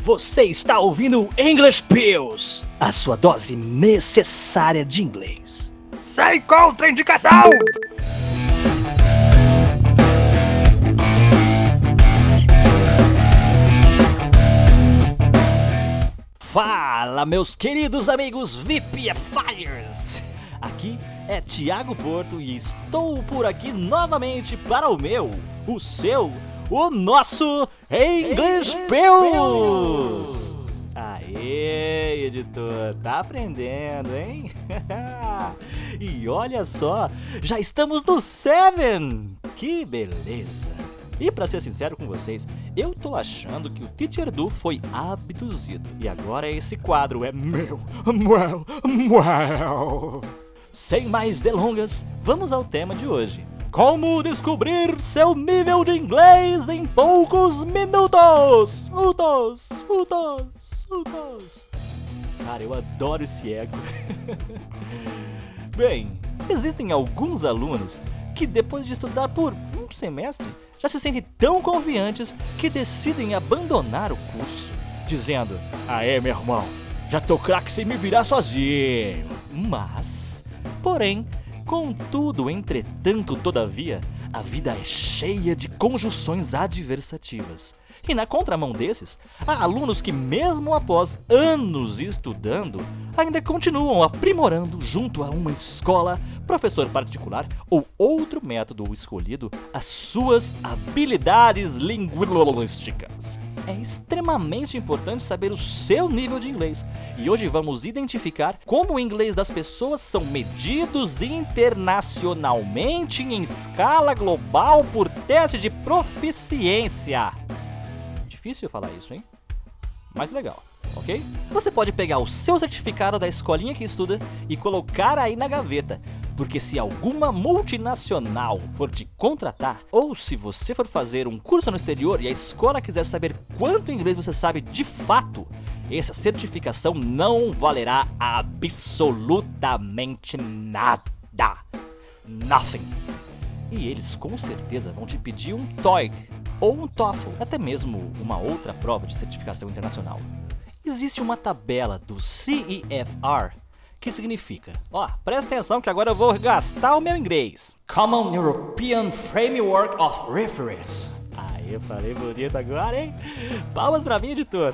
Você está ouvindo English Pills, a sua dose necessária de inglês. Sem contraindicação! Fala, meus queridos amigos VPFires! Aqui é Thiago Porto e estou por aqui novamente para o meu, o seu, o nosso English Pills! Aê, editor, tá aprendendo, hein? E olha só, já estamos no 7! Que beleza! E pra ser sincero com vocês, eu tô achando que o Teacher Du foi abduzido. E agora esse quadro é meu. Sem mais delongas, vamos ao tema de hoje. Como descobrir seu nível de inglês em poucos minutos? Cara, eu adoro esse eco. Bem, existem alguns alunos que depois de estudar por um semestre já se sentem tão confiantes que decidem abandonar o curso, dizendo: aê, meu irmão, já tô craque sem me virar sozinho. Mas, porém, contudo, entretanto, todavia, a vida é cheia de conjunções adversativas. E na contramão desses, há alunos que mesmo após anos estudando, ainda continuam aprimorando junto a uma escola, professor particular ou outro método escolhido as suas habilidades linguísticas. É extremamente importante saber o seu nível de inglês e hoje vamos identificar como o inglês das pessoas são medidos internacionalmente em escala global por teste de proficiência. Difícil falar isso, hein? Mas legal, ok? Você pode pegar o seu certificado da escolinha que estuda e colocar aí na gaveta, porque se alguma multinacional for te contratar, ou se você for fazer um curso no exterior e a escola quiser saber quanto inglês você sabe de fato, essa certificação não valerá absolutamente nada. Nothing. E eles com certeza vão te pedir um TOEIC ou um TOEFL, até mesmo uma outra prova de certificação internacional. Existe uma tabela do CEFR que significa, presta atenção que agora eu vou gastar o meu inglês. Common European Framework of Reference. Aí eu falei bonito agora, hein? Palmas pra mim, editor.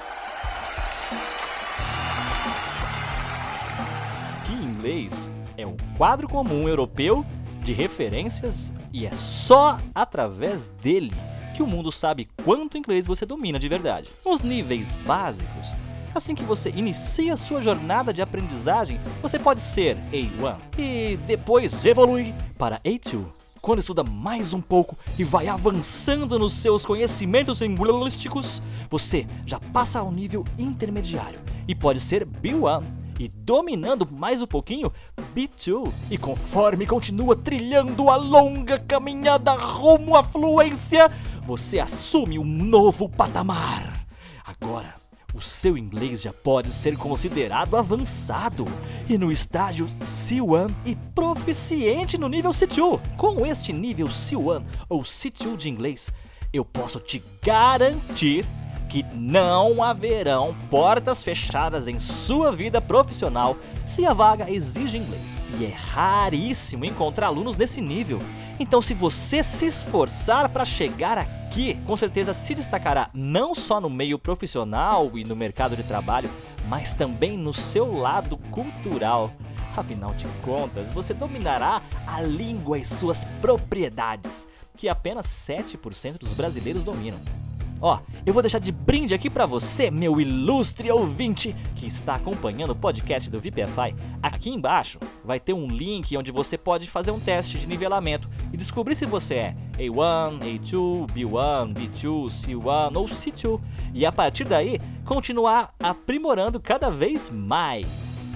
Que inglês é um quadro comum europeu de referências e é só através dele que o mundo sabe quanto inglês você domina de verdade. Os níveis básicos, assim que você inicia sua jornada de aprendizagem, você pode ser A1 e depois evolui para A2. Quando estuda mais um pouco e vai avançando nos seus conhecimentos linguísticos, você já passa ao nível intermediário e pode ser B1. E dominando mais um pouquinho, B2. E conforme continua trilhando a longa caminhada rumo à fluência, você assume um novo patamar. Agora, o seu inglês já pode ser considerado avançado e no estágio C1 e proficiente no nível C2. Com este nível C1 ou C2 de inglês, eu posso te garantir que não haverão portas fechadas em sua vida profissional se a vaga exige inglês. E é raríssimo encontrar alunos nesse nível. Então, se você se esforçar para chegar aqui, com certeza se destacará não só no meio profissional e no mercado de trabalho, mas também no seu lado cultural. Afinal de contas, você dominará a língua e suas propriedades, que apenas 7% dos brasileiros dominam. Eu vou deixar de brinde aqui pra você, meu ilustre ouvinte que está acompanhando o podcast do VPFI. Aqui embaixo vai ter um link onde você pode fazer um teste de nivelamento e descobrir se você é A1, A2, B1, B2, C1 ou C2. E a partir daí, continuar aprimorando cada vez mais.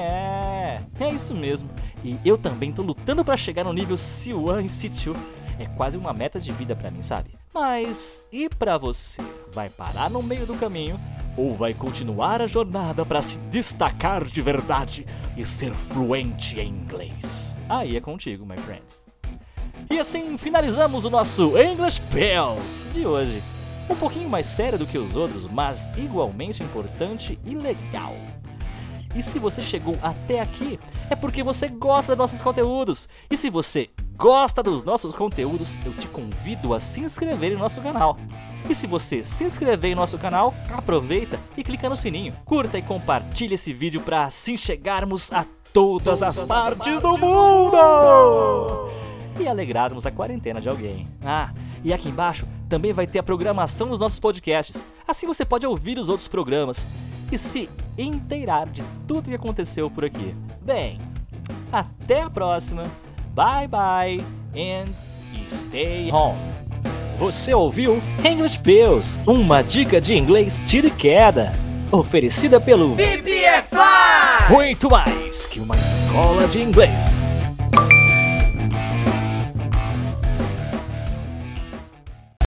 É isso mesmo. E eu também tô lutando pra chegar no nível C1 e C2. É quase uma meta de vida pra mim, sabe? Mas e pra você? Vai parar no meio do caminho ou vai continuar a jornada para se destacar de verdade e ser fluente em inglês? Aí é contigo, my friend. E assim finalizamos o nosso English Pills de hoje. Um pouquinho mais sério do que os outros, mas igualmente importante e legal. E se você chegou até aqui, é porque você gosta dos nossos conteúdos. E se você gosta dos nossos conteúdos, eu te convido a se inscrever em nosso canal. E se você se inscrever em nosso canal, aproveita e clica no sininho. Curta e compartilhe esse vídeo para assim chegarmos a todas as partes do mundo! E alegrarmos a quarentena de alguém. Ah, e aqui embaixo também vai ter a programação dos nossos podcasts. Assim você pode ouvir os outros programas e se inteirar de tudo que aconteceu por aqui. Bem, até a próxima. Bye bye and stay home. Você ouviu English Pills, uma dica de inglês tiro e queda, oferecida pelo VPFI! Muito mais que uma escola de inglês.